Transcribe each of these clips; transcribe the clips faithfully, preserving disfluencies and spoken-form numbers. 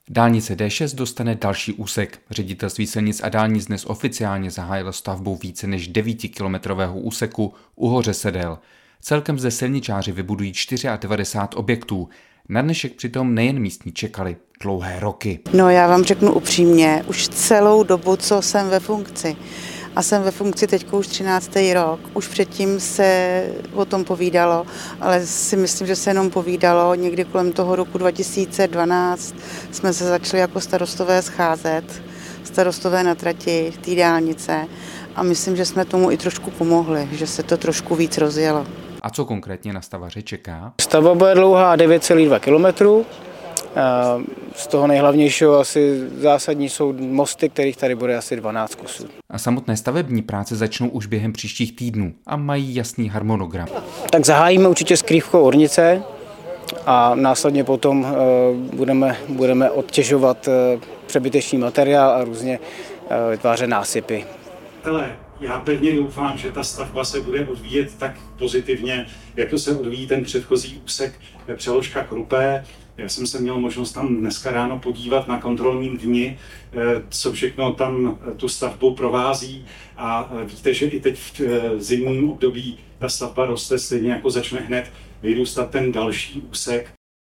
Dálnice D šest dostane další úsek. Ředitelství silnic a dálnic dnes oficiálně zahájilo stavbu více než devítikilometrového úseku u Hoře Sedel. Celkem zde silničáři vybudují devadesát čtyři objektů. Na dnešek přitom nejen místní čekali dlouhé roky. No já vám řeknu upřímně, už celou dobu, co jsem ve funkci, a jsem ve funkci teď už třináctý rok. Už předtím se o tom povídalo, ale si myslím, že se jenom povídalo. Někdy kolem toho roku dva tisíce dvanáct jsme se začali jako starostové scházet, starostové na trati té dálnice, a myslím, že jsme tomu i trošku pomohli, že se to trošku víc rozjelo. A co konkrétně na stavaře čeká? Stavba bude dlouhá devět celá dva kilometru. Z toho nejhlavnějšího asi zásadní jsou mosty, kterých tady bude asi dvanáct kusů. A samotné stavební práce začnou už během příštích týdnů a mají jasný harmonogram. Tak zahájíme určitě skrývkou ornice a následně potom budeme, budeme odtěžovat přebytečný materiál a různě vytvářet násypy. Hele, já pevně doufám, že ta stavba se bude odvíjet tak pozitivně, jak to se odvíjí ten předchozí úsek Přeložka Krupé. Já jsem se měl možnost tam dneska ráno podívat na kontrolním dni, co všechno tam tu stavbu provází, a víte, že i teď v zimním období ta stavba roste, stejně jako začne hned vyrůstat ten další úsek.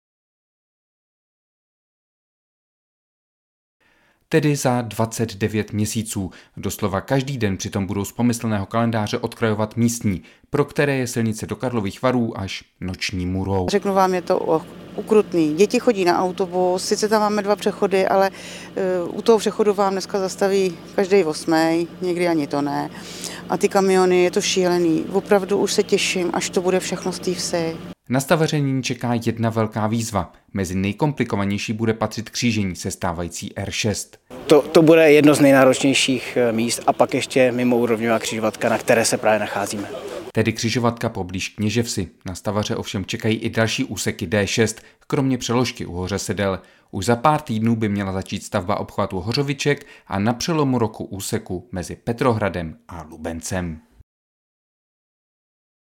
Tedy za dvacet devět měsíců. Doslova každý den přitom budou z pomyslného kalendáře odkrajovat místní, pro které je silnice do Karlových Varů až noční můrou. Řeknu vám, je to ukrutný. Děti chodí na autobus, sice tam máme dva přechody, ale uh, u toho přechodu vám dneska zastaví každý osmej, někdy ani to ne. A ty kamiony, je to šílený. Opravdu už se těším, až to bude všechno z té vsi. Na stavaření čeká jedna velká výzva. Mezi nejkomplikovanější bude patřit křížení se stávající R šest. To, to bude jedno z nejnáročnějších míst a pak ještě mimoúrovňová křižovatka, na které se právě nacházíme. Tedy křižovatka poblíž Kněževsi. Na stavaře ovšem čekají i další úseky D šest, kromě Přeložky u Hoře Sedel. Už za pár týdnů by měla začít stavba obchvatu Hořoviček a na přelomu roku úseku mezi Petrohradem a Lubencem.